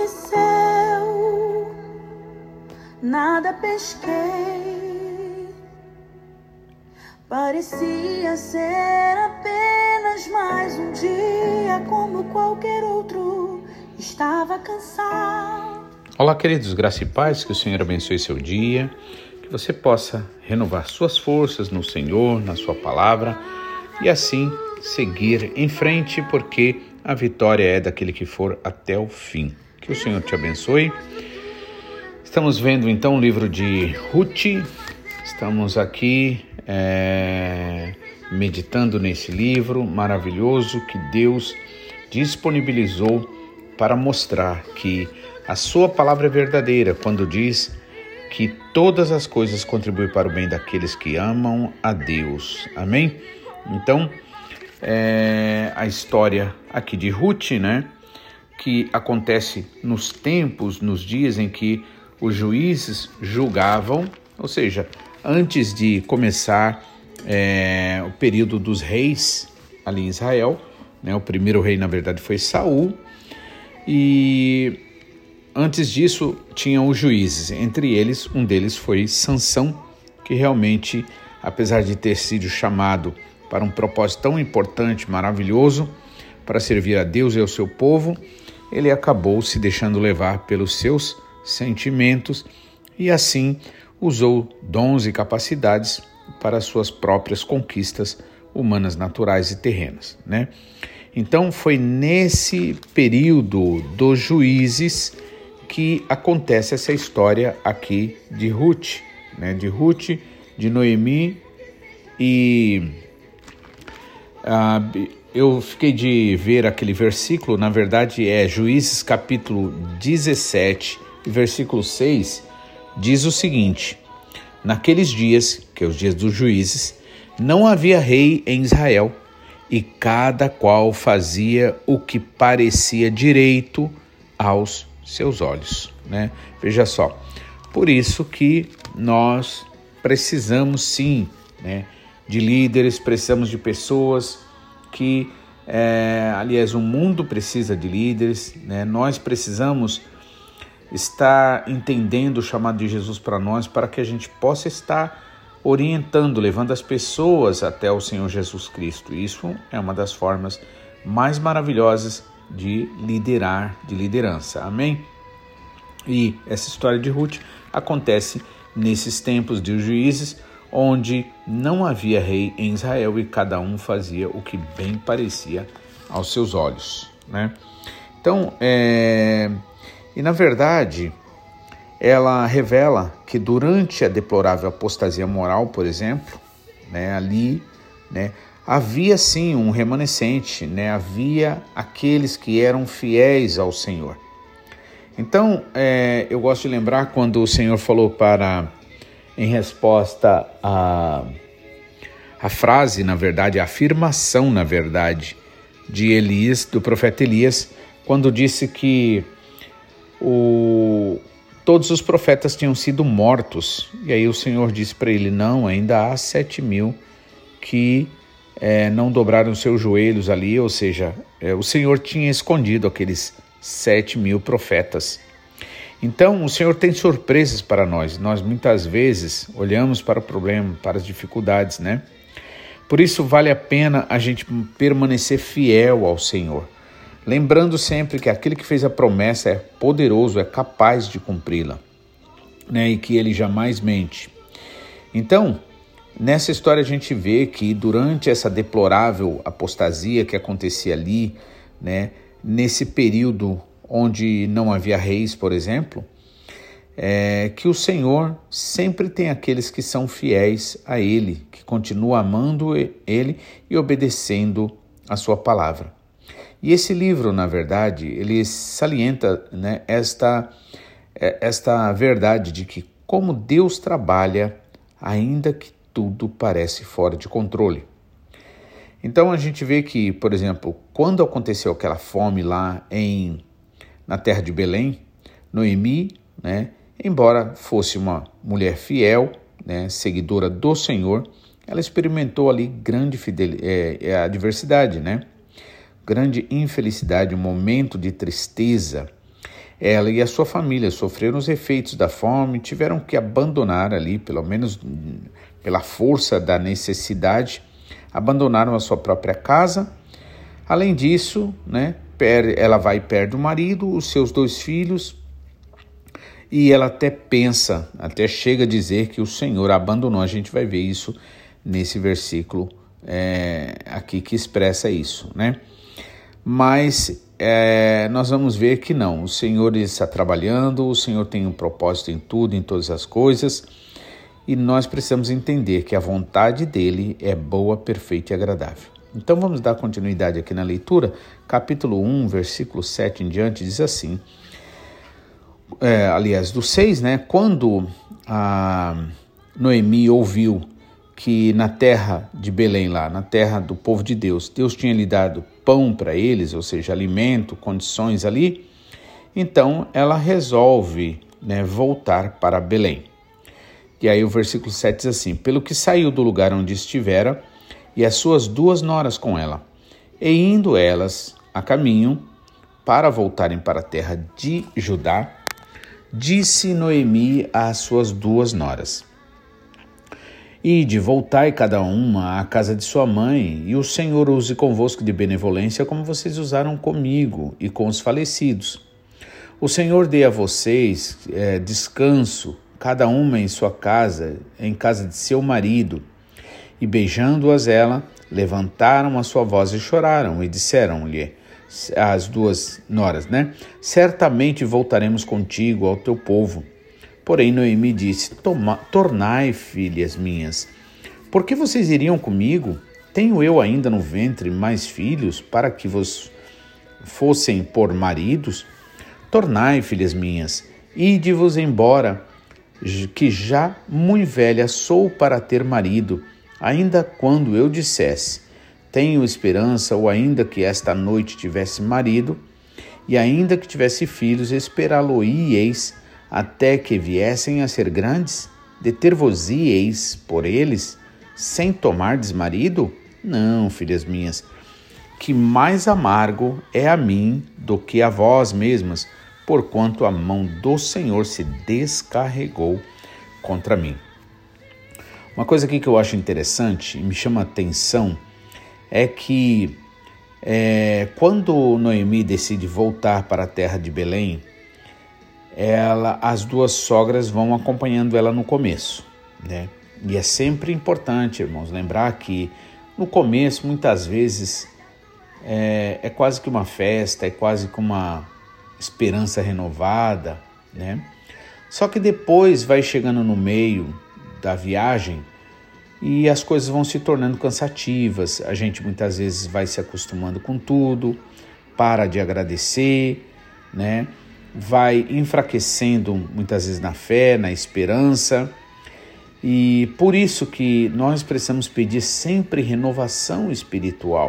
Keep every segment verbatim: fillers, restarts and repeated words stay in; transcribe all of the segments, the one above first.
escureceu, nada pesquei. Parecia ser apenas mais um dia como qualquer outro. Estava cansado. Olá, queridos, graça e paz, que o Senhor abençoe seu dia, que você possa renovar suas forças no Senhor, na sua palavra, e assim seguir em frente, porque a vitória é daquele que for até o fim. Que o Senhor te abençoe. Estamos vendo então o livro de Ruth, estamos aqui é, meditando nesse livro maravilhoso que Deus disponibilizou para mostrar que a sua palavra é verdadeira quando diz que todas as coisas contribuem para o bem daqueles que amam a Deus. Amém? Então, é a história aqui de Ruth, né, que acontece nos tempos, nos dias em que os juízes julgavam, ou seja, antes de começar é, o período dos reis ali em Israel, né, o primeiro rei, na verdade, foi Saul, e antes disso tinham os juízes, entre eles, um deles foi Sansão, que realmente, apesar de ter sido chamado para um propósito tão importante, maravilhoso, para servir a Deus e ao seu povo, ele acabou se deixando levar pelos seus sentimentos e assim usou dons e capacidades para suas próprias conquistas humanas, naturais e terrenas, né? Então foi nesse período dos juízes que acontece essa história aqui de Ruth, né? De Ruth, de Noemi e uh, eu fiquei de ver aquele versículo, na verdade é Juízes capítulo dezessete, versículo seis, diz o seguinte: naqueles dias, que é os dias dos juízes, não havia rei em Israel, e cada qual fazia o que parecia direito aos seus olhos, né? Veja só, por isso que nós precisamos sim, né, de líderes, precisamos de pessoas que, é, aliás, o mundo precisa de líderes, né? Nós precisamos estar entendendo o chamado de Jesus para nós, para que a gente possa estar orientando, levando as pessoas até o Senhor Jesus Cristo. Isso é uma das formas mais maravilhosas de liderar, de liderança. Amém? E essa história de Ruth acontece nesses tempos de juízes, onde não havia rei em Israel e cada um fazia o que bem parecia aos seus olhos, né? Então, é... e na verdade, ela revela que durante a deplorável apostasia moral, por exemplo, né, ali, né, havia sim um remanescente, né, havia aqueles que eram fiéis ao Senhor. Então, é, eu gosto de lembrar quando o Senhor falou para, em resposta à a, a frase, na verdade, a afirmação, na verdade, de Elias, do profeta Elias, quando disse que o, todos os profetas tinham sido mortos. E aí o Senhor disse para ele: não, ainda há sete mil que é, não dobraram seus joelhos ali, ou seja, é, o Senhor tinha escondido aqueles sete mil profetas. Então o Senhor tem surpresas para nós. Nós muitas vezes olhamos para o problema, para as dificuldades, né? Por isso vale a pena a gente permanecer fiel ao Senhor, lembrando sempre que aquele que fez a promessa é poderoso, é capaz de cumpri-la, né? E que ele jamais mente. Então, nessa história a gente vê que durante essa deplorável apostasia que acontecia ali, né, nesse período onde não havia reis, por exemplo, é, que o Senhor sempre tem aqueles que são fiéis a Ele, que continuam amando Ele e obedecendo a sua palavra. E esse livro, na verdade, ele salienta, né, esta, esta verdade de que como Deus trabalha, ainda que tudo parece fora de controle. Então a gente vê que, por exemplo, quando aconteceu aquela fome lá em, na terra de Belém, Noemi, né, embora fosse uma mulher fiel, né, seguidora do Senhor, ela experimentou ali grande fidel, é, adversidade, né? Grande infelicidade, um momento de tristeza. Ela e a sua família sofreram os efeitos da fome, tiveram que abandonar ali, pelo menos pela força da necessidade, abandonaram a sua própria casa. Além disso, né, ela vai e perde o marido, os seus dois filhos, e ela até pensa, até chega a dizer que o Senhor a abandonou. A gente vai ver isso nesse versículo é, aqui que expressa isso, né? Mas é, nós vamos ver que não, o Senhor está trabalhando, o Senhor tem um propósito em tudo, em todas as coisas, e nós precisamos entender que a vontade dele é boa, perfeita e agradável. Então vamos dar continuidade aqui na leitura. Capítulo um, versículo sete em diante, diz assim, é, aliás, do seis, né? Quando a Noemi ouviu que na terra de Belém, lá na terra do povo de Deus, Deus tinha lhe dado pão para eles, ou seja, alimento, condições ali, então ela resolve, né, voltar para Belém. E aí o versículo sete diz assim, pelo que saiu do lugar onde estivera, e as suas duas noras com ela, e indo elas a caminho para voltarem para a terra de Judá, disse Noemi às suas duas noras, ide, voltai cada uma à casa de sua mãe, e o Senhor use convosco de benevolência como vocês usaram comigo e com os falecidos. O Senhor dê a vocês é, descanso, cada uma em sua casa, em casa de seu marido. E beijando-as ela, levantaram a sua voz e choraram, e disseram-lhe, as duas noras, né? Certamente voltaremos contigo ao teu povo. Porém Noemi disse, tornai, filhas minhas, por que vocês iriam comigo? Tenho eu ainda no ventre mais filhos para que vos fossem por maridos? Tornai, filhas minhas, ide-vos embora, que já muito velha sou para ter marido, ainda quando eu dissesse, tenho esperança, ou ainda que esta noite tivesse marido, e ainda que tivesse filhos, esperá-lo-íeis até que viessem a ser grandes, deter-vos-íeis por eles, sem tomardes marido? Não, filhas minhas, que mais amargo é a mim do que a vós mesmas, porquanto a mão do Senhor se descarregou contra mim. Uma coisa aqui que eu acho interessante e me chama a atenção é que é, quando Noemi decide voltar para a terra de Belém, ela, as duas sogras vão acompanhando ela no começo, né? E é sempre importante, irmãos, lembrar que no começo, muitas vezes, é, é quase que uma festa, é quase que uma esperança renovada, né? Só que depois vai chegando no meio da viagem e as coisas vão se tornando cansativas, a gente muitas vezes vai se acostumando com tudo, para de agradecer, né? Vai enfraquecendo muitas vezes na fé, na esperança, e por isso que nós precisamos pedir sempre renovação espiritual,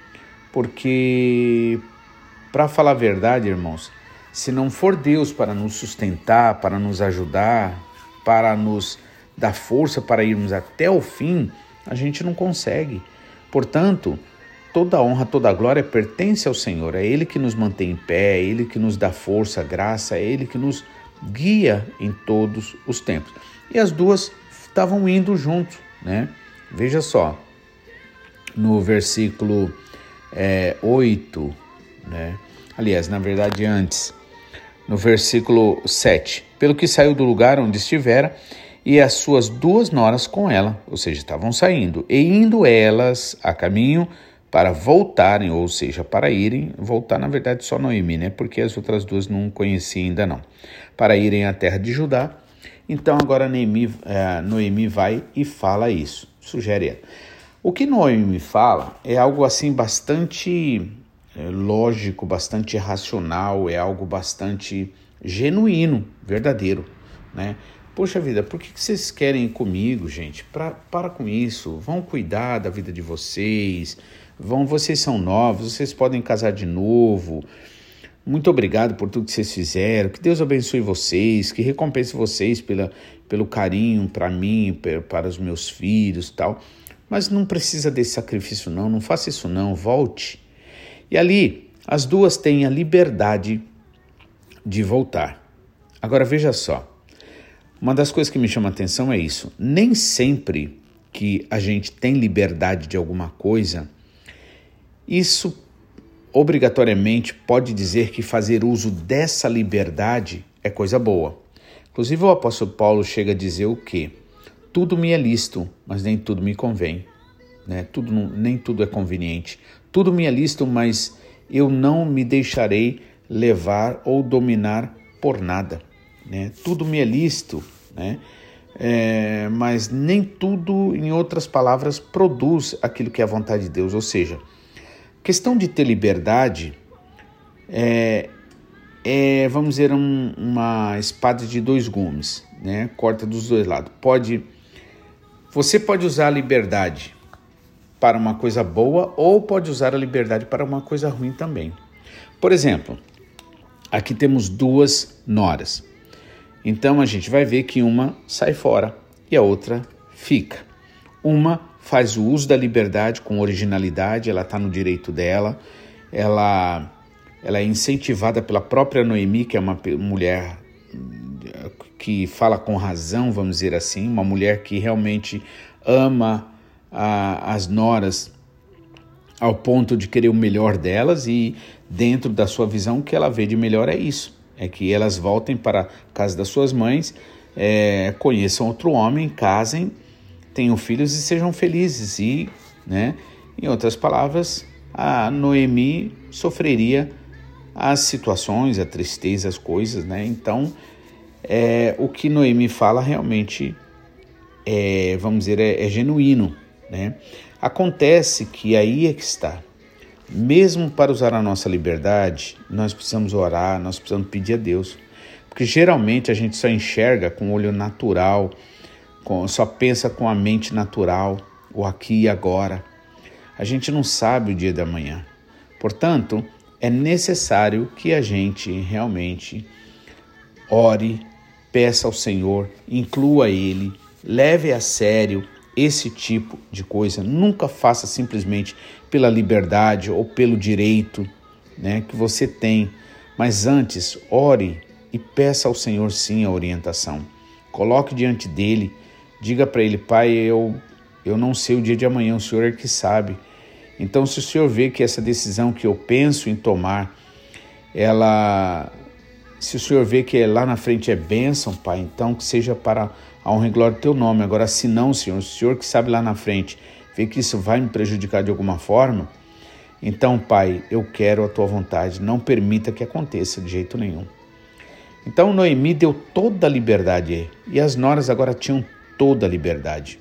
porque, para falar a verdade, irmãos, se não for Deus para nos sustentar, para nos ajudar, para nos dar força para irmos até o fim, a gente não consegue. Portanto, toda a honra, toda a glória pertence ao Senhor. É Ele que nos mantém em pé, é Ele que nos dá força, graça, é Ele que nos guia em todos os tempos. E as duas estavam indo juntos, né? Veja só, no versículo é, oito, né? Aliás, na verdade antes, no versículo sete, pelo que saiu do lugar onde estivera, e as suas duas noras com ela, ou seja, estavam saindo, e indo elas a caminho para voltarem, ou seja, para irem, voltar na verdade só Noemi, né? Porque as outras duas não conhecia ainda não, para irem à terra de Judá. Então agora Noemi, é, Noemi vai e fala isso, sugere ela. O que Noemi fala é algo assim bastante é, lógico, bastante racional, é algo bastante genuíno, verdadeiro, né? Poxa vida, por que vocês querem ir comigo, gente? Pra, para com isso, vão cuidar da vida de vocês, vão, vocês são novos, vocês podem casar de novo. Muito obrigado por tudo que vocês fizeram, que Deus abençoe vocês, que recompense vocês pela, pelo carinho para mim, para os meus filhos e tal. Mas não precisa desse sacrifício não, não faça isso não, volte. E ali, as duas têm a liberdade de voltar. Agora veja só, uma das coisas que me chama a atenção é isso. Nem sempre que a gente tem liberdade de alguma coisa, isso obrigatoriamente pode dizer que fazer uso dessa liberdade é coisa boa. Inclusive o apóstolo Paulo chega a dizer o quê? Tudo me é lícito, mas nem tudo me convém. Né? Tudo, nem tudo é conveniente. Tudo me é lícito, mas eu não me deixarei levar ou dominar por nada. Né? Tudo me é lícito, né? É, mas nem tudo, em outras palavras, produz aquilo que é a vontade de Deus. Ou seja, questão de ter liberdade é, é vamos dizer, um, uma espada de dois gumes, né? Corta dos dois lados. Pode, você pode usar a liberdade para uma coisa boa ou pode usar a liberdade para uma coisa ruim também. Por exemplo, aqui temos duas noras. Então a gente vai ver que uma sai fora e a outra fica. Uma faz o uso da liberdade com originalidade, ela está no direito dela, ela, ela é incentivada pela própria Noemi, que é uma mulher que fala com razão, vamos dizer assim, uma mulher que realmente ama a, as noras ao ponto de querer o melhor delas, e dentro da sua visão o que ela vê de melhor é isso, é que elas voltem para a casa das suas mães, é, conheçam outro homem, casem, tenham filhos e sejam felizes. E, né, em outras palavras, a Noemi sofreria as situações, a tristeza, as coisas, né? Então, é, o que Noemi fala realmente é, vamos dizer, é, é genuíno, né? Acontece que aí é que está. Mesmo para usar a nossa liberdade, nós precisamos orar, nós precisamos pedir a Deus. Porque geralmente a gente só enxerga com o olho natural, com, só pensa com a mente natural, o aqui e agora. A gente não sabe o dia da manhã. Portanto, é necessário que a gente realmente ore, peça ao Senhor, inclua Ele, leve a sério esse tipo de coisa. Nunca faça simplesmente pela liberdade ou pelo direito, né, que você tem, mas antes ore e peça ao Senhor sim a orientação. Coloque diante dele, diga para ele: Pai, eu, eu não sei o dia de amanhã, o Senhor é que sabe. Então, se o Senhor vê que essa decisão que eu penso em tomar, ela, se o Senhor vê que lá na frente é bênção, Pai, então que seja para a honra e glória do Teu nome. Agora, se não, Senhor, o Senhor que sabe lá na frente, vê que isso vai me prejudicar de alguma forma, então, Pai, eu quero a Tua vontade, não permita que aconteça de jeito nenhum. Então, Noemi deu toda a liberdade, e as noras agora tinham toda a liberdade.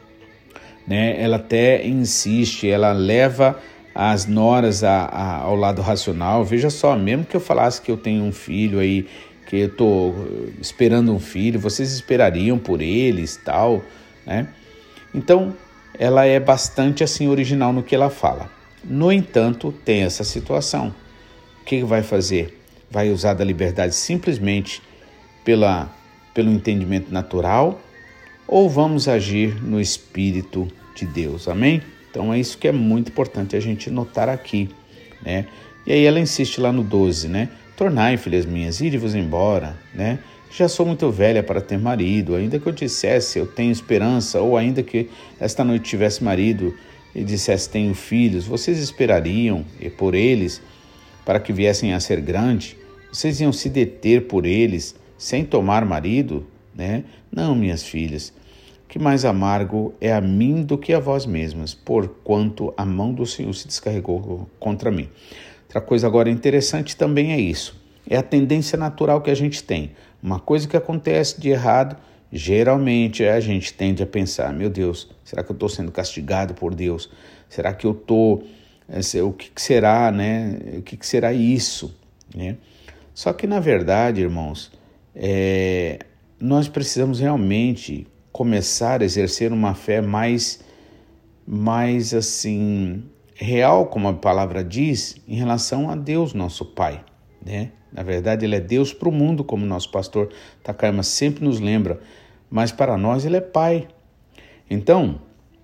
Né? Ela até insiste, ela leva as noras a, a, ao lado racional. Veja só, mesmo que eu falasse que eu tenho um filho aí, que eu estou esperando um filho, vocês esperariam por eles, tal, né? Então, ela é bastante assim original no que ela fala. No entanto, tem essa situação. O que vai fazer? Vai usar da liberdade simplesmente pela, pelo entendimento natural, ou vamos agir no Espírito de Deus, amém? Então é isso que é muito importante a gente notar aqui, né? E aí ela insiste lá no doze, né? Tornai, filhas minhas, ide-vos embora, né? Já sou muito velha para ter marido, ainda que eu dissesse eu tenho esperança, ou ainda que esta noite tivesse marido e dissesse tenho filhos, vocês esperariam e por eles para que viessem a ser grandes? Vocês iam se deter por eles sem tomar marido, né? Não, minhas filhas, que mais amargo é a mim do que a vós mesmas, porquanto a mão do Senhor se descarregou contra mim. Outra coisa agora interessante também é isso, é a tendência natural que a gente tem. Uma coisa que acontece de errado, geralmente a gente tende a pensar, meu Deus, será que eu estou sendo castigado por Deus? Será que eu estou, o que será, né? O que será isso? Né? Só que na verdade, irmãos, é, nós precisamos realmente começar a exercer uma fé mais, mais assim, real, como a palavra diz, em relação a Deus, nosso Pai, né? Na verdade, Ele é Deus para o mundo, como nosso pastor Takayama sempre nos lembra, mas para nós Ele é Pai. Então,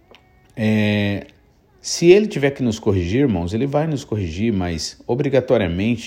é, se Ele tiver que nos corrigir, irmãos, Ele vai nos corrigir, mas obrigatoriamente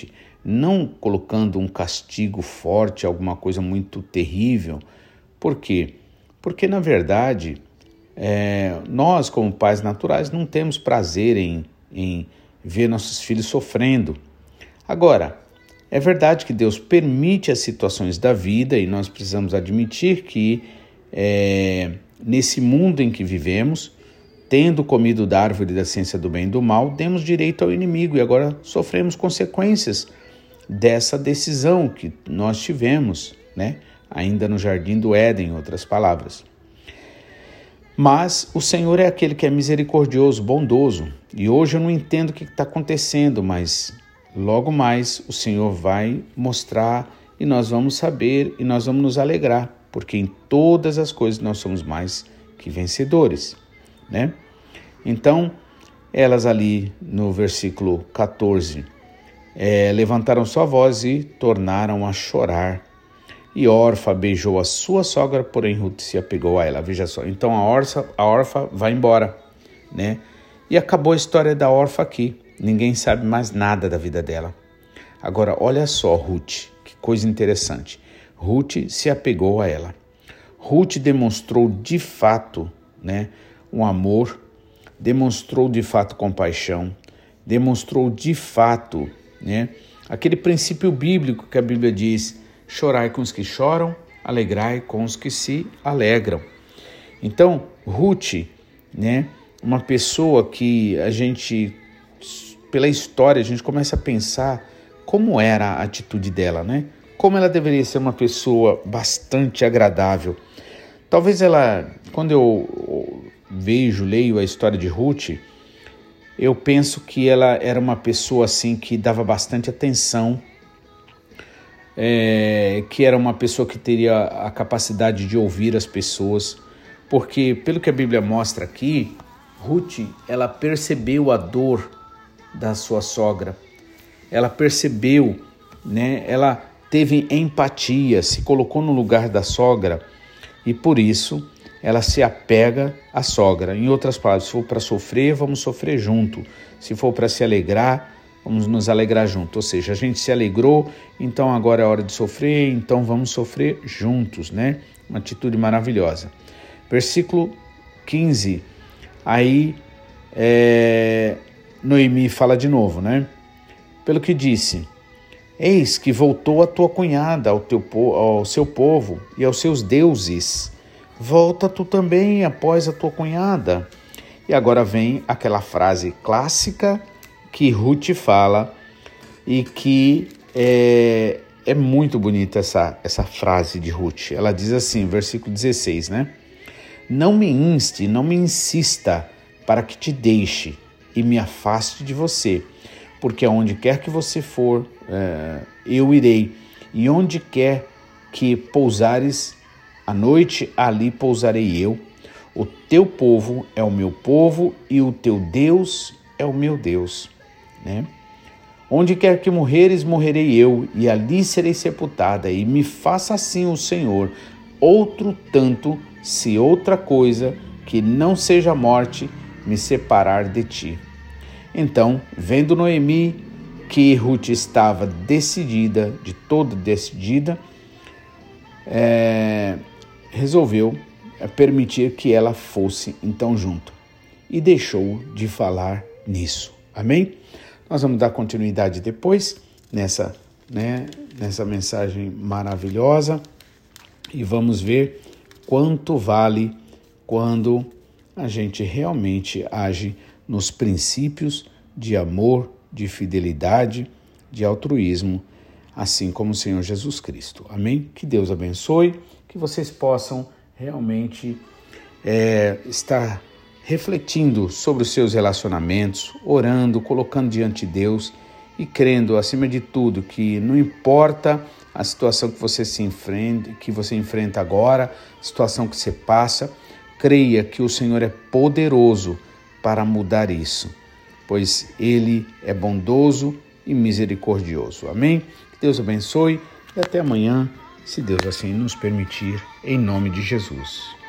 não colocando um castigo forte, alguma coisa muito terrível. Por quê? Porque, na verdade, é, nós, como pais naturais, não temos prazer em, em ver nossos filhos sofrendo. Agora, é verdade que Deus permite as situações da vida e nós precisamos admitir que é, nesse mundo em que vivemos, tendo comido da árvore da ciência do bem e do mal, demos direito ao inimigo e agora sofremos consequências dessa decisão que nós tivemos, né? Ainda no jardim do Éden, em outras palavras. Mas o Senhor é aquele que é misericordioso, bondoso. E hoje eu não entendo o que está acontecendo, mas logo mais o Senhor vai mostrar e nós vamos saber e nós vamos nos alegrar, porque em todas as coisas nós somos mais que vencedores, né? Então, elas ali no versículo catorze, é, levantaram sua voz e tornaram a chorar. E Orfa beijou a sua sogra, porém Ruth se apegou a ela. Veja só, então a Orfa, a Orfa vai embora, né? E acabou a história da Orfa aqui. Ninguém sabe mais nada da vida dela. Agora, olha só, Ruth, que coisa interessante. Ruth se apegou a ela. Ruth demonstrou de fato, né, um amor, demonstrou de fato compaixão, demonstrou de fato, né, aquele princípio bíblico que a Bíblia diz: chorai com os que choram, alegrai com os que se alegram. Então, Ruth, né, uma pessoa que a gente, pela história, a gente começa a pensar como era a atitude dela, né? Como ela deveria ser uma pessoa bastante agradável. Talvez ela, quando eu vejo, leio a história de Ruth, eu penso que ela era uma pessoa assim que dava bastante atenção, é, que era uma pessoa que teria a capacidade de ouvir as pessoas, porque pelo que a Bíblia mostra aqui, Ruth, ela percebeu a dor da sua sogra, ela percebeu, né? Ela teve empatia, se colocou no lugar da sogra e por isso ela se apega à sogra. Em outras palavras, se for para sofrer, vamos sofrer junto. Se for para se alegrar, vamos nos alegrar junto. Ou seja, a gente se alegrou, então agora é hora de sofrer, então vamos sofrer juntos, né? Uma atitude maravilhosa. Versículo quinze, aí é, Noemi fala de novo, né? Pelo que disse: eis que voltou a tua cunhada ao, teu, ao seu povo e aos seus deuses. Volta tu também após a tua cunhada. E agora vem aquela frase clássica que Ruth fala e que é, é muito bonita essa, essa frase de Ruth. Ela diz assim, versículo dezesseis, né? Não me inste, não me insista para que te deixe e me afaste de você, porque aonde quer que você for, é, eu irei, e onde quer que pousares à noite, ali pousarei eu. O teu povo é o meu povo e o teu Deus é o meu Deus, né? Onde quer que morreres, morrerei eu, e ali serei sepultada, e me faça assim o Senhor, outro tanto, se outra coisa que não seja morte me separar de ti. Então, vendo Noemi que Ruth estava decidida, de todo decidida, é, resolveu permitir que ela fosse então junto e deixou de falar nisso. Amém? Nós vamos dar continuidade depois nessa, né, nessa mensagem maravilhosa e vamos ver quanto vale quando a gente realmente age nos princípios de amor, de fidelidade, de altruísmo, assim como o Senhor Jesus Cristo. Amém? Que Deus abençoe, que vocês possam realmente é, estar refletindo sobre os seus relacionamentos, orando, colocando diante de Deus e crendo, acima de tudo, que não importa a situação que você se enfrenta, que você enfrenta agora, a situação que você passa, creia que o Senhor é poderoso para mudar isso, pois Ele é bondoso e misericordioso. Amém? Que Deus abençoe e até amanhã, se Deus assim nos permitir, em nome de Jesus.